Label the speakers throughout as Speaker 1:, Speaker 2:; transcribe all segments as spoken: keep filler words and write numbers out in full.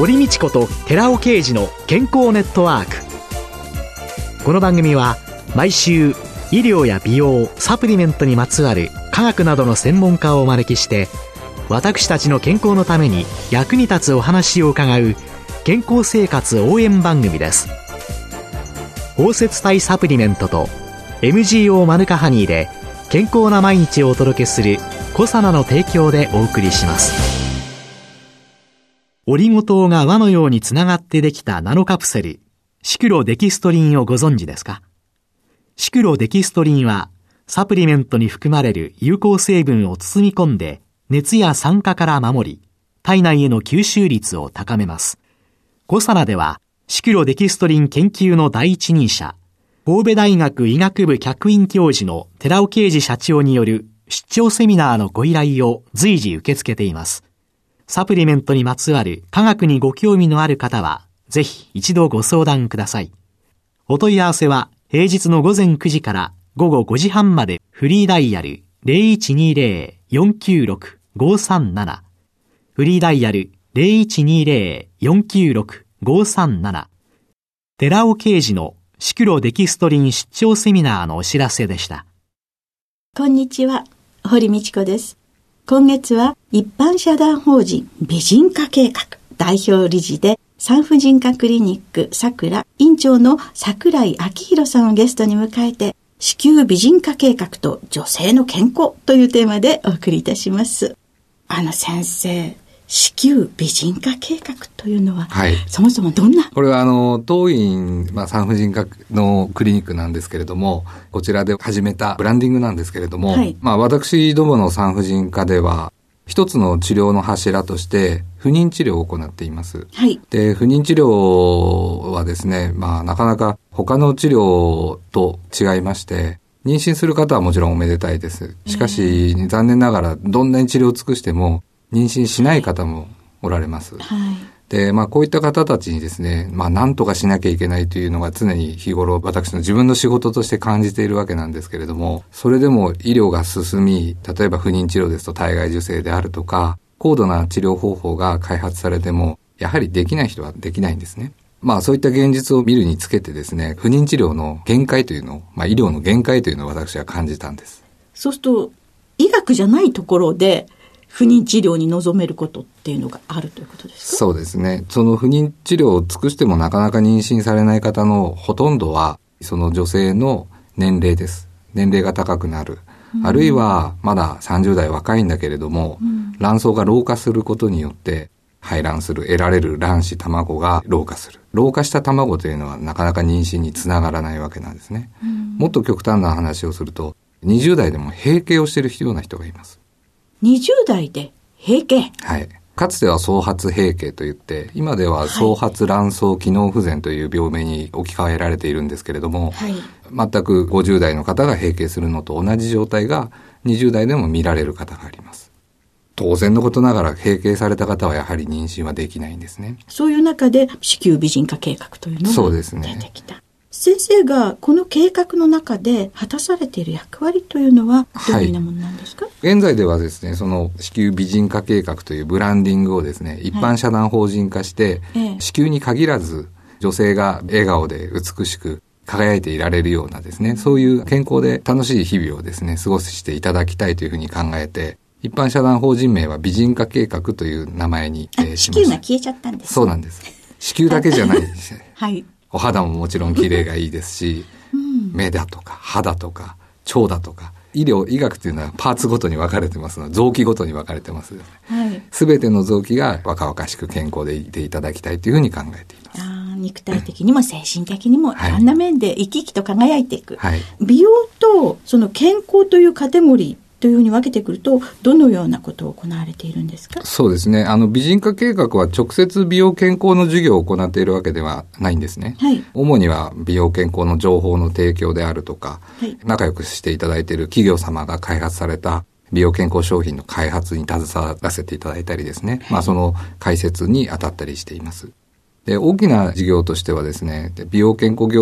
Speaker 1: 堀道子と寺尾啓二の健康ネットワーク。この番組は毎週医療や美容、サプリメントにまつわる科学などの専門家をお招きして、私たちの健康のために役に立つお話を伺う健康生活応援番組です。包摂体サプリメントと エムジーオー マヌカハニーで健康な毎日をお届けするコサナの提供でお送りします。オリゴ糖が輪のようにつながってできたナノカプセル、シクロデキストリンをご存知ですか？シクロデキストリンはサプリメントに含まれる有効成分を包み込んで熱や酸化から守り、体内への吸収率を高めます。コサナではシクロデキストリン研究の第一人者、神戸大学医学部客員教授の寺尾啓二社長による出張セミナーのご依頼を随時受け付けています。サプリメントにまつわる科学にご興味のある方は、ぜひ一度ご相談ください。お問い合わせは平日のごぜんくじからごごごじはんまでフリーダイヤル ゼロいちにゼロ よんきゅうろく ごさんなな フリーダイヤル ゼロいちにゼロ よんきゅうろく ごさんなな。寺尾啓二のシクロデキストリン出張セミナーのお知らせでした。
Speaker 2: こんにちは、堀道子です。今月は一般社団法人美人化計画代表理事で産婦人科クリニックさくら院長の櫻井明宏さんをゲストに迎えて、子宮美人化計画と女性の健康というテーマでお送りいたします。あの先生、子宮美人化計画というのは、はい、そもそもどんな？
Speaker 3: これはあの当院、まあ、産婦人科のクリニックなんですけれども、こちらで始めたブランディングなんですけれども、はい、まあ、私どもの産婦人科では一つの治療の柱として不妊治療を行っています。はい、で、不妊治療はですね、まあ、なかなか他の治療と違いまして、妊娠する方はもちろんおめでたいです。しかし、残念ながらどんなに治療を尽くしても妊娠しない方もおられます。はい、で、まあこういった方たちにですね、まあ何とかしなきゃいけないというのが常に日頃私の自分の仕事として感じているわけなんですけれども、それでも医療が進み、例えば不妊治療ですと体外受精であるとか、高度な治療方法が開発されても、やはりできない人はできないんですね。まあそういった現実を見るにつけてですね、不妊治療の限界というのを、まあ医療の限界というのを私は感じたんです。
Speaker 2: そうすると、医学じゃないところで、不妊治療に臨めることっていうのがあるということですか？
Speaker 3: そうですね。その不妊治療を尽くしてもなかなか妊娠されない方のほとんどは、その女性の年齢です。年齢が高くなる。うん、あるいは、まださんじゅう代若いんだけれども、うん、卵巣が老化することによって、排卵する、得られる卵子卵が老化する。老化した卵というのはなかなか妊娠につながらないわけなんですね。うん、もっと極端な話をすると、にじゅう代でも閉経をしているような人がいます。
Speaker 2: にじゅう代で閉経？
Speaker 3: はい。かつては総発閉経といって、今では総発卵巣機能不全という病名に置き換えられているんですけれども、はい、全くごじゅう代の方が閉経するのと同じ状態がにじゅう代でも見られる方があります。当然のことながら閉経された方はやはり妊娠はできないんですね。
Speaker 2: そういう中で子宮美人化計画というのが出てきた。先生がこの計画の中で果たされている役割というのはどういうものなんですか？はい、
Speaker 3: 現在ではですね、その子宮美人化計画というブランディングをですね、一般社団法人化して、はい、子宮に限らず女性が笑顔で美しく輝いていられるようなですね、そういう健康で楽しい日々をですね、過ごしていただきたいというふうに考えて、一般社団法人名は美人化計画という名前に、
Speaker 2: えー、しました。子宮が消えちゃったんです、ね。
Speaker 3: そうなんです。子宮だけじゃないですね。
Speaker 2: はい。
Speaker 3: お肌ももちろん綺麗がいいですし、うん、目だとか肌とか腸だとか、医療医学というのはパーツごとに分かれてますので、臓器ごとに分かれてますよね。はい。すべての臓器が若々しく健康でいていただきたいというふうに考えています。
Speaker 2: あ、肉体的にも精神的にもいろんな面で生き生きと輝いていく。はい。美容とその健康というカテゴリーというふうに分けてくると、どのようなことを行われているんですか？
Speaker 3: そうですね。あの、美人化計画は直接美容健康の授業を行っているわけではないんですね。はい。主には美容健康の情報の提供であるとか、はい、仲良くしていただいている企業様が開発された美容健康商品の開発に携わらせていただいたりですね。はい、まあ、その解説に当たったりしています。で、大きな事業としてはですね、美容健康業界、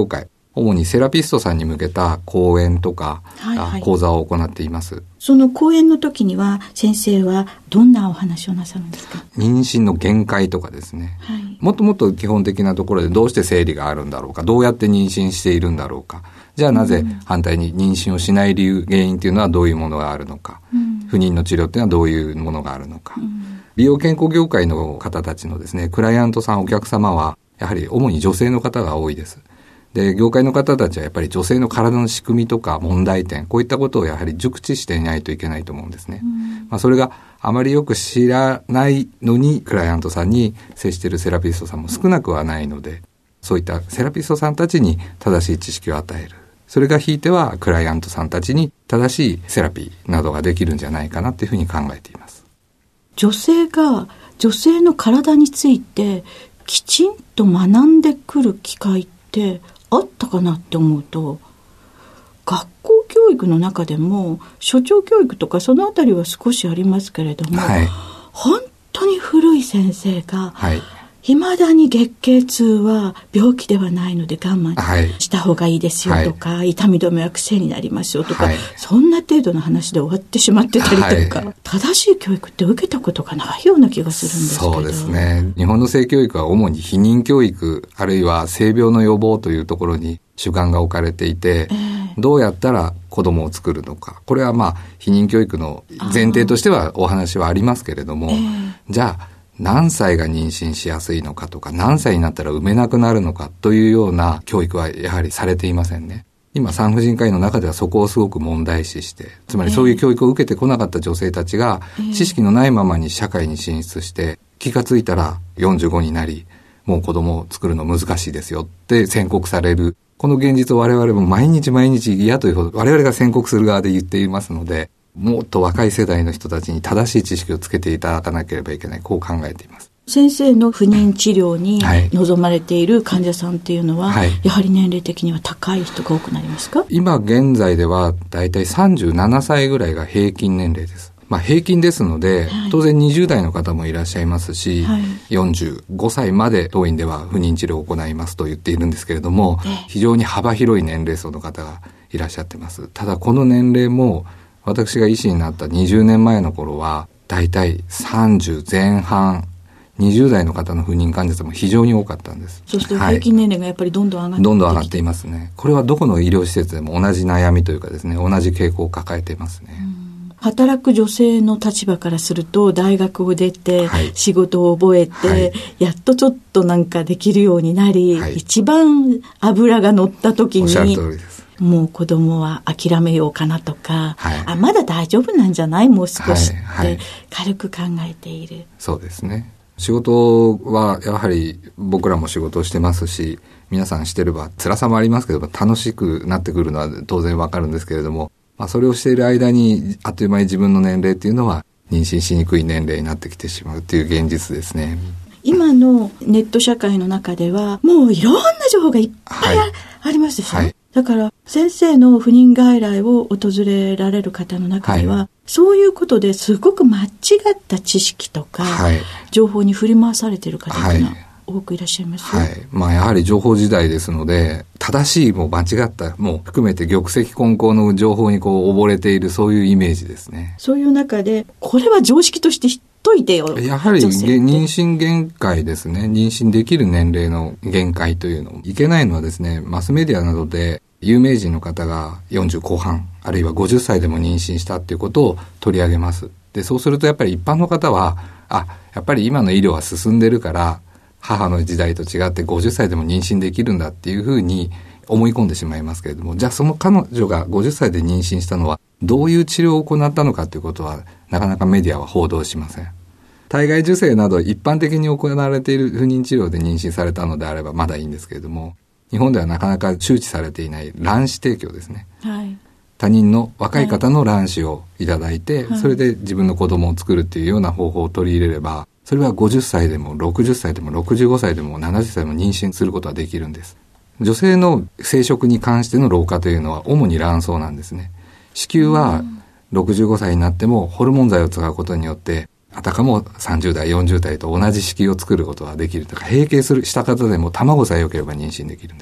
Speaker 3: 主にセラピストさんに向けた講演とか、はいはい、講座を行っています。
Speaker 2: その講演の時には先生はどんなお話をなさるんですか？
Speaker 3: 妊娠の限界とかですね、はい、もっともっと基本的なところでどうして生理があるんだろうか、どうやって妊娠しているんだろうか、じゃあなぜ反対に妊娠をしない理由、原因というのはどういうものがあるのか、うん、不妊の治療っていうのはどういうものがあるのか、うん、美容健康業界の方たちのですね、クライアントさん、お客様はやはり主に女性の方が多いです。で、業界の方たちはやっぱり女性の体の仕組みとか問題点、こういったことをやはり熟知していないといけないと思うんですね。うん、まあ、それがあまりよく知らないのにクライアントさんに接しているセラピストさんも少なくはないので、そういったセラピストさんたちに正しい知識を与える。それがひいてはクライアントさんたちに正しいセラピーなどができるんじゃないかなというふうに考えています。
Speaker 2: 女性が女性の体についてきちんと学んでくる機会ってあったかなって思うと、学校教育の中でも所長教育とかそのあたりは少しありますけれども、はい、本当に古い先生が、はい、未だに月経痛は病気ではないので我慢した方がいいですよとか、はい、痛み止めは癖になりますよとか、はい、そんな程度の話で終わってしまってたりとか、はい、正しい教育って受けたことがないような気がするんですけど。
Speaker 3: そうですね。日本の性教育は主に避妊教育、あるいは性病の予防というところに主眼が置かれていて、えー、どうやったら子供を作るのか、これはまあ避妊教育の前提としてはお話はありますけれども、えー、じゃあ何歳が妊娠しやすいのかとか、何歳になったら産めなくなるのかというような教育はやはりされていませんね。今産婦人科医の中ではそこをすごく問題視して、つまりそういう教育を受けてこなかった女性たちが知識のないままに社会に進出して、気がついたらよんじゅうごになり、もう子供を作るの難しいですよって宣告される。この現実を我々も毎日毎日嫌というほど我々が宣告する側で言っていますので、もっと若い世代の人たちに正しい知識をつけていただかなければいけない、こう考えています。
Speaker 2: 先生の不妊治療に望まれている患者さんっていうのは、はい、やはり年齢的には高い人が多くなりますか？
Speaker 3: 今現在ではだいたいさんじゅうななさいぐらいが平均年齢です。まあ平均ですので、はい、当然にじゅう代の方もいらっしゃいますし、はい、よんじゅうごさいまで当院では不妊治療を行いますと言っているんですけれども、非常に幅広い年齢層の方がいらっしゃってます。ただこの年齢も私が医師になったにじゅうねんまえの頃はだいたいさんじゅう前半、にじゅう代の方の不妊患者さんも非常に多かったんです。
Speaker 2: そして平均年齢がやっぱりどんどん上がってきて、はい、
Speaker 3: どんどん上がっていますね。これはどこの医療施設でも同じ悩みというかですね、同じ傾向を抱えていますね。
Speaker 2: 働く女性の立場からすると、大学を出て、はい、仕事を覚えて、はい、やっとちょっとなんかできるようになり、はい、一番脂が乗った時に、おっしゃる通りです。もう子供は諦めようかなとか、はい、あ、まだ大丈夫なんじゃない、もう少しって軽く考えている、はいはい、
Speaker 3: そうですね。仕事はやはり僕らも仕事をしてますし、皆さんしてれば辛さもありますけど、楽しくなってくるのは当然わかるんですけれども、まあ、それをしている間にあっという間に自分の年齢っていうのは妊娠しにくい年齢になってきてしまうっていう現実ですね。
Speaker 2: 今のネット社会の中ではもういろんな情報がいっぱい あ,、はい、ありますでしょ、はい、だから先生の不妊外来を訪れられる方の中では、はい、そういうことですごく間違った知識とか、はい、情報に振り回されている方っていうのは、はい、多くいらっしゃいます。
Speaker 3: はい。まあやはり情報時代ですので、正しいも間違ったも含めて玉石混交の情報にこう溺れている、そういうイメージですね。
Speaker 2: そういう中でこれは常識として知っといてよ。
Speaker 3: やはり妊娠限界ですね。妊娠できる年齢の限界というのいけないのはですね、マスメディアなどで有名人の方がよんじゅう後半あるいはごじゅっさいでも妊娠したっていうことを取り上げます。で、そうするとやっぱり一般の方は、あ、やっぱり今の医療は進んでるから母の時代と違ってごじゅっさいでも妊娠できるんだっていうふうに思い込んでしまいますけれども、じゃあその彼女がごじゅっさいで妊娠したのはどういう治療を行ったのかということはなかなかメディアは報道しません。体外受精など一般的に行われている不妊治療で妊娠されたのであればまだいいんですけれども、日本ではなかなか周知されていない卵子提供ですね、はい、他人の若い方の卵子をいただいて、はい、それで自分の子供を作るっていうような方法を取り入れれば、それはごじゅっさいでもろくじゅっさいでもろくじゅうごさいでもななじゅっさいでも妊娠することはできるんです。女性の生殖に関しての老化というのは主に卵巣なんですね。子宮はろくじゅうごさいになってもホルモン剤を使うことによってあたかもさんじゅう代よんじゅう代と同じ子宮を作ることができるとか、閉経するした方でも卵さえ良ければ妊娠できるんです。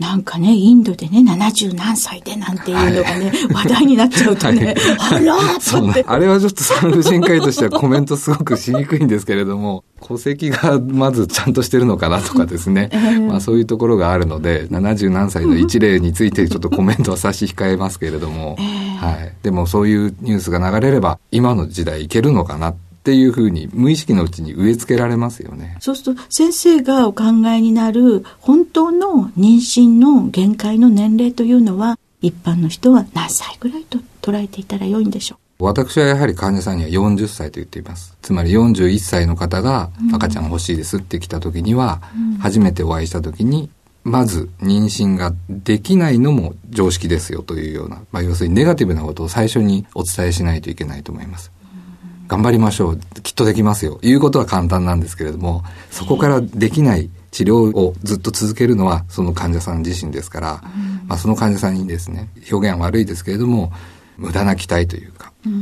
Speaker 2: なんかね、インドでね、ななじゅうなんさいでなんていうのがね、はい、話題になっちゃうとね、はい、あらーって。
Speaker 3: あれはちょっと産婦人科医としてはコメントすごくしにくいんですけれども、戸籍がまずちゃんとしてるのかなとかですね、えーまあ、そういうところがあるので、ななじゅうなんさいの一例についてちょっとコメントは差し控えますけれども、えーはい、でもそういうニュースが流れれば、今の時代いけるのかなっていうふうに無意識のうちに植え付けられますよね。
Speaker 2: そうすると先生がお考えになる本当の妊娠の限界の年齢というのは、一般の人は何歳ぐらいと捉えていたら良いんでしょう？
Speaker 3: 私はやはり患者さんにはよんじゅっさいと言っています。つまりよんじゅういっさいの方が赤ちゃん欲しいですって来た時には、うん、初めてお会いした時にまず妊娠ができないのも常識ですよというような、まあ、要するにネガティブなことを最初にお伝えしないといけないと思います。頑張りましょう、きっとできますよ、いうことは簡単なんですけれども、そこからできない治療をずっと続けるのはその患者さん自身ですから、まあ、その患者さんにですね、表現は悪いですけれども、無駄な期待というか、うん、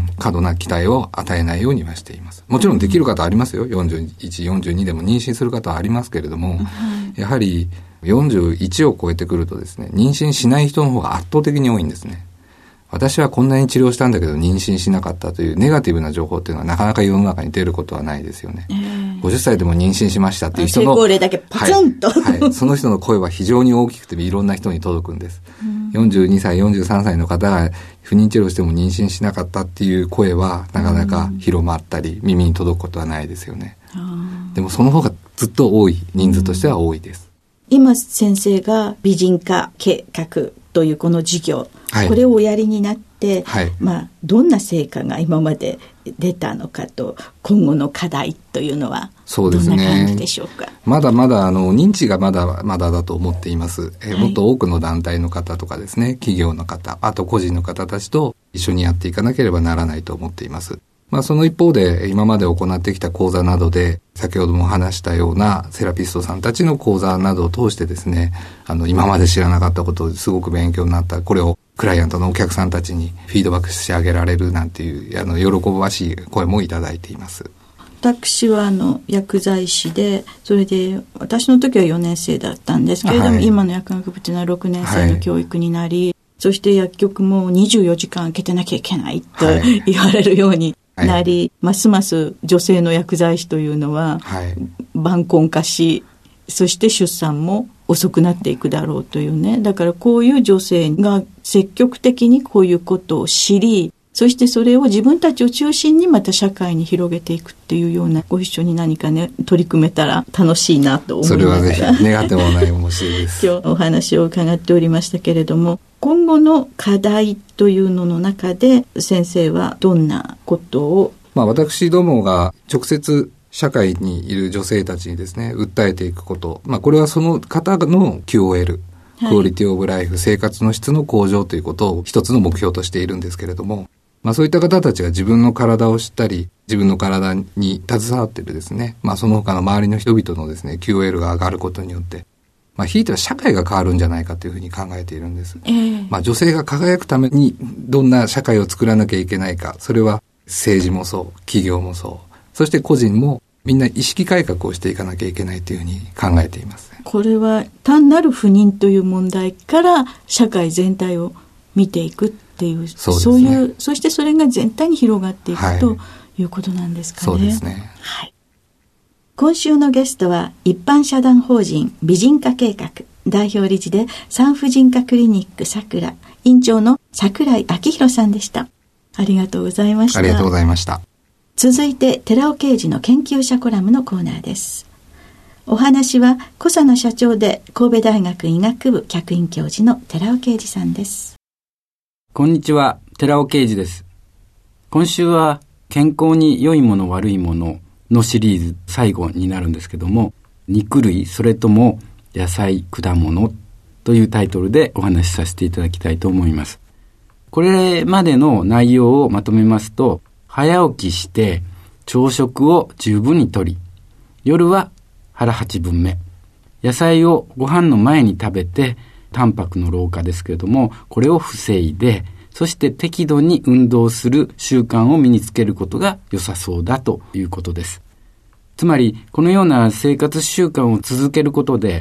Speaker 3: 過度な期待を与えないようにはしています。もちろんできる方ありますよ。よんじゅういち、よんじゅうにでも妊娠する方はありますけれども、やはりよんじゅういちを超えてくるとですね、妊娠しない人の方が圧倒的に多いんですね。私はこんなに治療したんだけど妊娠しなかったというネガティブな情報っていうのはなかなか世の中に出ることはないですよね。えー、ごじゅっさいでも妊娠しましたっていう人の
Speaker 2: 成功例だけポツンと、
Speaker 3: はいはい、その人の声は非常に大きくていろんな人に届くんです。よんじゅうにさい、よんじゅうさんさいの方が不妊治療しても妊娠しなかったっていう声はなかなか広まったり耳に届くことはないですよね。でもその方がずっと多い、人数としては多いです。
Speaker 2: 今先生が美人化計画というこの事業、はい、これをおやりになって、はい、まあ、どんな成果が今まで出たのかと、今後の課題というのはどんな感じでしょうか？
Speaker 3: まだまだあの認知がまだまだだと思っています。えーはい、もっと多くの団体の方とかですね、企業の方、あと個人の方たちと一緒にやっていかなければならないと思っています。まあ、その一方で今まで行ってきた講座などで、先ほども話したようなセラピストさんたちの講座などを通してですね、あの今まで知らなかったことをすごく勉強になった、これをクライアントのお客さんたちにフィードバックしてあげられるなんていうあの喜ばしい声もいただいています。
Speaker 2: 私はあの薬剤師で、それで私の時はよねん生だったんですけれども、はい、今の薬学部というのはろくねん生の教育になり、はい、そして薬局もにじゅうよじかん開けてなきゃいけないと言われるようになり、はい、ますます女性の薬剤師というのは晩婚化し、そして出産も遅くなっていくだろうというね。だからこういう女性が積極的にこういうことを知り、そしてそれを自分たちを中心にまた社会に広げていくっていうような、ご一緒に何かね取り組めたら楽しいなと思いながら、
Speaker 3: それはぜひ願ってもない面白いです
Speaker 2: 今日お話を伺っておりましたけれども、今後の課題というのの中で先生はどんなことを、
Speaker 3: まあ、私どもが直接社会にいる女性たちにですね訴えていくこと、まあ、これはその方の キューオーエル、クオリティオブライフ、生活の質の向上ということを一つの目標としているんですけれども、まあ、そういった方たちが自分の体を知ったり、自分の体に携わっているですね、まあ、その他の周りの人々のですね キューオーエル が上がることによって、まあ、ひいては社会が変わるんじゃないかというふうに考えているんです、えーまあ、女性が輝くためにどんな社会を作らなきゃいけないか、それは政治もそう企業もそう、そして個人もみんな意識改革をしていかなきゃいけないというふうに考えています。
Speaker 2: これは単なる不妊という問題から社会全体を見ていくっていう、そうですね、そういう、そしてそれが全体に広がっていく、はい、ということなんですかね。
Speaker 3: そうですね、
Speaker 2: はい、今週のゲストは一般社団法人美人化計画代表理事で産婦人科クリニックさくら院長の櫻井明宏さんでした。ありがとうございました。
Speaker 3: ありがとうございました。
Speaker 2: 続いて寺尾啓二の研究者コラムのコーナーです。お話は小佐野社長で神戸大学医学部客員教授の寺尾啓二さんです。
Speaker 4: こんにちは、寺尾啓二です。今週は健康に良いもの悪いもののシリーズ最後になるんですけども、肉類それとも野菜果物というタイトルでお話しさせていただきたいと思います。これまでの内容をまとめますと、早起きして朝食を十分にとり、夜は腹八分目、野菜をご飯の前に食べてタンパクの老化ですけれども、これを防いで、そして適度に運動する習慣を身につけることが良さそうだということです。つまりこのような生活習慣を続けることで、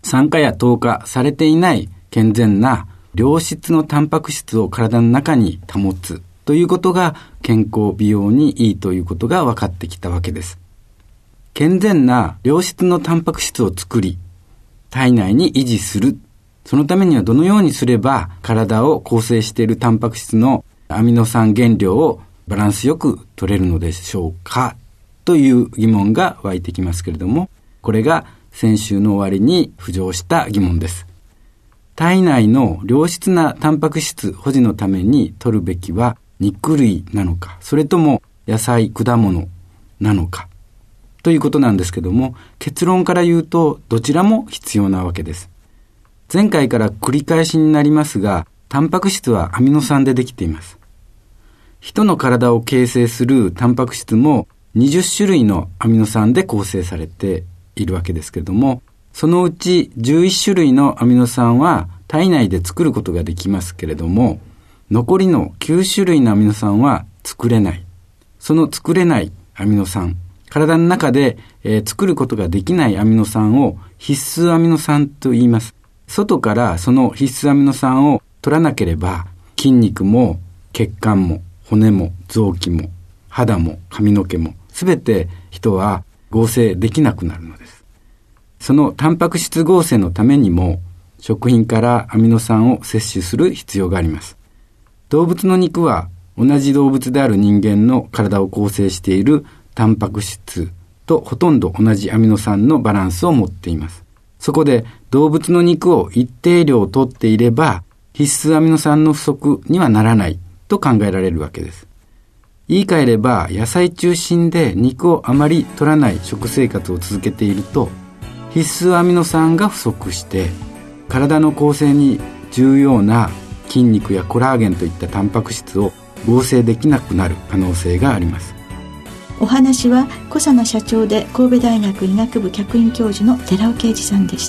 Speaker 4: 酸化や糖化されていない健全な良質のタンパク質を体の中に保つということが健康美容にいいということが分かってきたわけです。健全な良質のタンパク質を作り、体内に維持する。そのためにはどのようにすれば体を構成しているタンパク質のアミノ酸原料をバランスよく取れるのでしょうかという疑問が湧いてきますけれども、これが先週の終わりに浮上した疑問です。体内の良質なタンパク質保持のために摂るべきは肉類なのか、それとも野菜、果物なのかということなんですけども、結論から言うとどちらも必要なわけです。前回から繰り返しになりますが、タンパク質はアミノ酸でできています。人の体を形成するタンパク質もにじゅっしゅるいのアミノ酸で構成されているわけですけれども、そのうちじゅういっしゅるいのアミノ酸は体内で作ることができますけれども、残りのきゅうしゅるいのアミノ酸は作れない。その作れないアミノ酸、体の中で、えー、作ることができないアミノ酸を必須アミノ酸と言います。外からその必須アミノ酸を取らなければ、筋肉も血管も骨も臓器も肌も髪の毛もすべて人は合成できなくなるのです。そのタンパク質合成のためにも食品からアミノ酸を摂取する必要があります。動物の肉は同じ動物である人間の体を構成しているタンパク質とほとんど同じアミノ酸のバランスを持っています。そこで動物の肉を一定量摂っていれば必須アミノ酸の不足にはならないと考えられるわけです。言い換えれば野菜中心で肉をあまり摂らない食生活を続けていると必須アミノ酸が不足して体の構成に重要な筋肉やコラーゲンといったタンパク質を合成できなくなる可能性があります。
Speaker 2: お話は小佐奈社長で神戸大学医学部客員教授の寺尾啓二さんでした。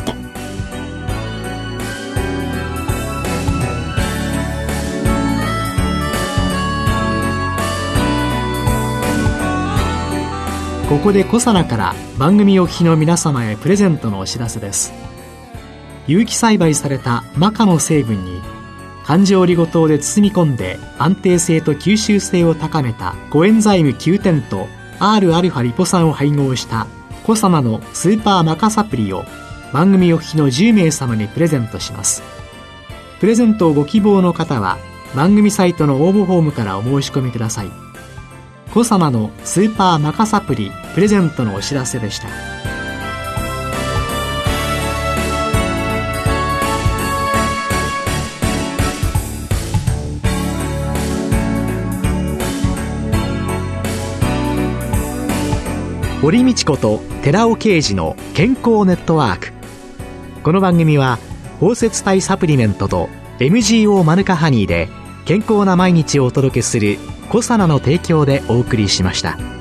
Speaker 1: ここで小佐奈から番組お聞きの皆様へプレゼントのお知らせです。有機栽培されたマカの成分に環状オリゴ糖で包み込んで安定性と吸収性を高めたコエンザイムきゅうてんと Rα リポ酸を配合した小佐奈のスーパーマカサプリを番組お聞きのじゅうめいさまにプレゼントします。プレゼントをご希望の方は番組サイトの応募フォームからお申し込みください。小佐奈のスーパーマカサプリプレゼントのお知らせでした。堀道子と寺尾啓二の健康ネットワーク。この番組は包摂体サプリメントと エムジーオー マヌカハニーで健康な毎日をお届けする小佐奈の提供でお送りしました。